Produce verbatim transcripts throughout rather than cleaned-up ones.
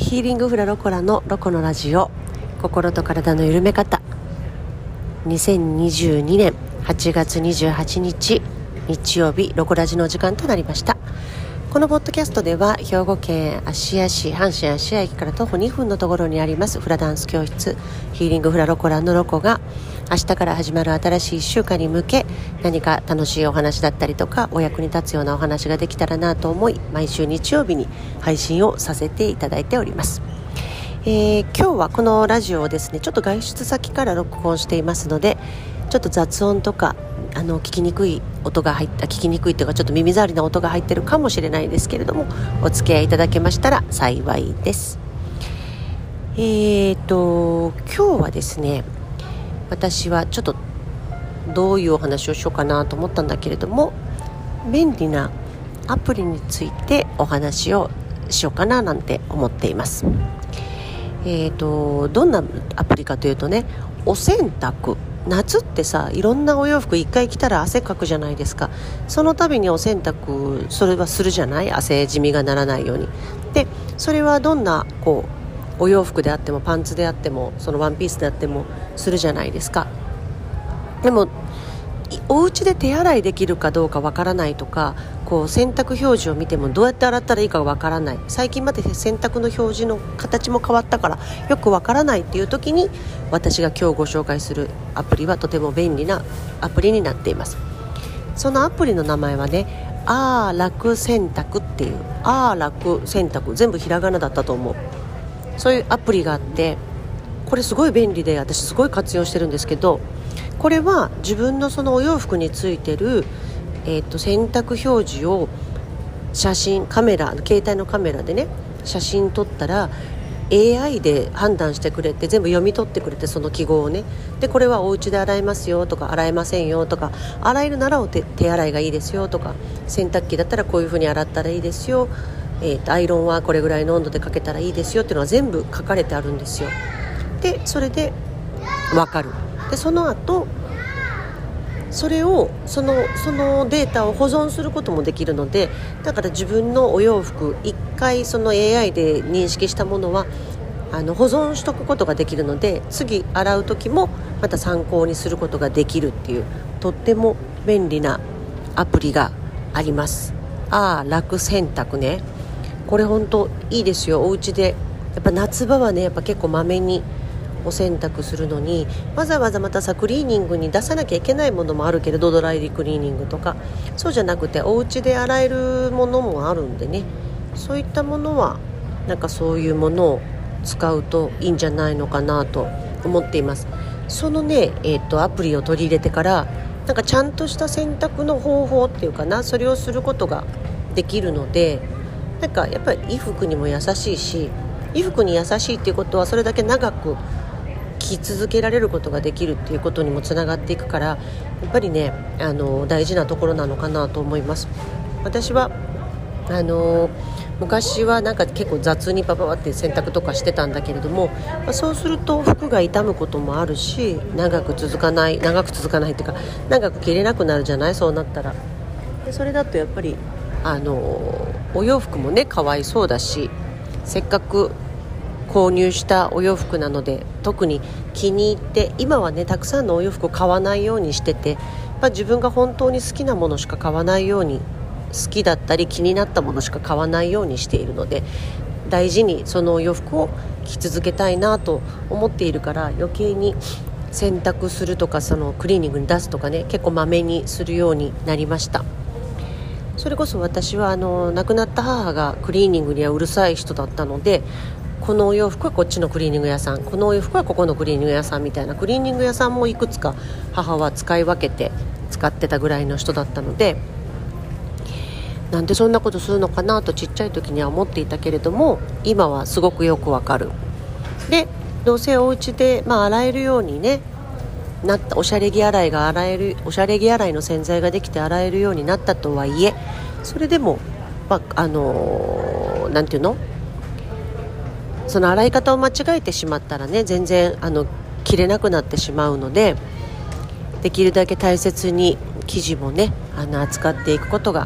ヒーリングフラロコラのロコのラジオ、心と体の緩め方。にせんにじゅうにねんはちがつにじゅうはちにち日曜日、ロコラジのお時間となりました。このポッドキャストでは兵庫県芦屋市、阪神芦屋駅から徒歩にふんのところにありますフラダンス教室、ヒーリングフラロコラのロコが、明日から始まる新しいいっしゅうかんに向け、何か楽しいお話だったりとかお役に立つようなお話ができたらなと思い、毎週日曜日に配信をさせていただいております。えー、今日はこのラジオをですね、ちょっと外出先から録音していますので、ちょっと雑音とかあの聞きにくい音が入った聞きにくいというかちょっと耳障りな音が入ってるかもしれないですけれども、お付き合いいただけましたら幸いです。えーと今日はですね、私はちょっとどういうお話をしようかなと思ったんだけれども、便利なアプリについてお話をしようかななんて思っています。えーとどんなアプリかというとね、お洗濯、夏ってさ、いろんなお洋服一回着たら汗かくじゃないですか。その度にお洗濯それはするじゃない、汗じみがならないように。でそれはどんなこうお洋服であっても、パンツであっても、そのワンピースであってもするじゃないですか。でもお家で手洗いできるかどうかわからないとか、こう洗濯表示を見てもどうやって洗ったらいいかわからない、最近まで洗濯の表示の形も変わったからよくわからないっていう時に、私が今日ご紹介するアプリはとても便利なアプリになっています。そのアプリの名前はね、あー楽洗濯っていう、あー楽洗濯、全部ひらがなだったと思う。そういうアプリがあって、これすごい便利で私すごい活用してるんですけど、これは自分のそのお洋服についてる、えー、と洗濯表示を写真カメラ携帯のカメラでね写真撮ったら エーアイ で判断してくれて、全部読み取ってくれて、その記号をね、でこれはお家で洗えますよとか、洗えませんよとか、洗えるならお手、手洗いがいいですよとか、洗濯機だったらこういう風に洗ったらいいですよ、えー、とアイロンはこれぐらいの温度でかけたらいいですよっていうのは全部書かれてあるんですよ。でそれで分かる。でその後それをそのそのデータを保存することもできるので、だから自分のお洋服一回その エーアイ で認識したものはあの保存しとくことができるので、次洗う時もまた参考にすることができるっていう、とっても便利なアプリがあります。あー楽洗濯ね、これ本当いいですよ。お家でやっぱ夏場はね、やっぱ結構まめにお洗濯するのに、わざわざまたさクリーニングに出さなきゃいけないものもあるけれど、ドライクリーニングとか、そうじゃなくてお家で洗えるものもあるんでね、そういったものはなんかそういうものを使うといいんじゃないのかなと思っています。そのね、えーと、アプリを取り入れてからなんかちゃんとした洗濯の方法っていうかな、それをすることができるので、なんかやっぱり衣服にも優しいし、衣服に優しいっていうことはそれだけ長く着続けられることができるっていうことにもつながっていくから、やっぱりね、あの大事なところなのかなと思います。私はあの昔はなんか結構雑にパパパって洗濯とかしてたんだけれども、まあ、そうすると服が傷むこともあるし、長く続かない長く続かないっていうか長く着れなくなるじゃない、そうなったら。でそれだとやっぱりあのお洋服もねかわいそうだし、せっかく購入したお洋服なので特に気に入って、今はねたくさんのお洋服を買わないようにしてて、やっぱ自分が本当に好きなものしか買わないように、好きだったり気になったものしか買わないようにしているので、大事にそのお洋服を着続けたいなと思っているから、余計に洗濯するとか、そのクリーニングに出すとかね、結構まめにするようになりました。それこそ私はあの亡くなった母がクリーニングにはうるさい人だったので、このお洋服はこっちのクリーニング屋さん、このお洋服はここのクリーニング屋さんみたいな、クリーニング屋さんもいくつか母は使い分けて使ってたぐらいの人だったので、なんでそんなことするのかなとちっちゃい時には思っていたけれども、今はすごくよくわかる。でどうせお家で、まあ、洗えるようにねなった、おしゃれ着洗いが洗える、おしゃれ着洗いの洗剤ができて洗えるようになったとはいえ、それでも、まあ、あのー、なんていうの、その洗い方を間違えてしまったらね、全然あの着れなくなってしまうので、できるだけ大切に生地もねあの扱っていくことが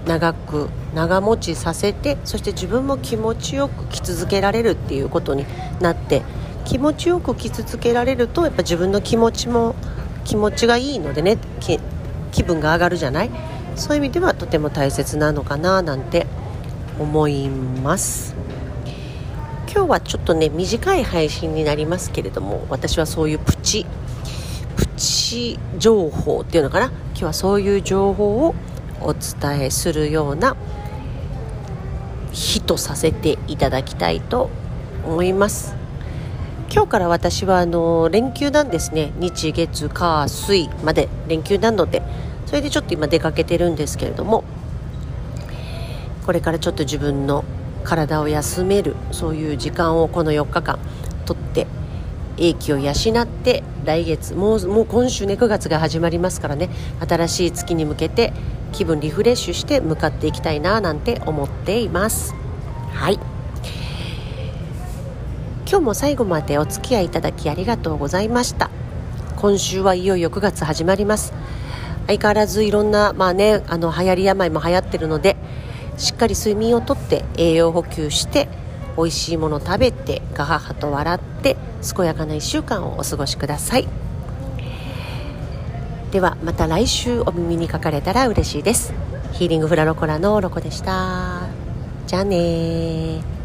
長く長持ちさせて、そして自分も気持ちよく生き続けられるっていうことになって、気持ちよく生き続けられるとやっぱ自分の気持ちも気持ちがいいのでね、気、気分が上がるじゃない。そういう意味ではとても大切なのかななんて思います。今日はちょっとね短い配信になりますけれども、私はそういうプチプチ情報っていうのかな、今日はそういう情報をお伝えするような日とさせていただきたいと思います。今日から私はあの連休なんですね。日月火水まで連休なので、それでちょっと今出かけてるんですけれども、これからちょっと自分の体を休める、そういう時間をこのよっかかんとって英気を養って、来月もう、もう今週ねくがつが始まりますからね、新しい月に向けて気分リフレッシュして向かっていきたいななんて思っています。はい、今日も最後までお付き合いいただきありがとうございました。今週はいよいよくがつ始まります。相変わらずいろんな、まあね、あの流行り病も流行ってるので、しっかり睡眠をとって栄養補給して美味しいもの食べてガハハと笑って健やかないっしゅうかんをお過ごしください。ではまた来週お耳にかかれたら嬉しいです。ヒーリングフラロコラのロコでした。じゃあね。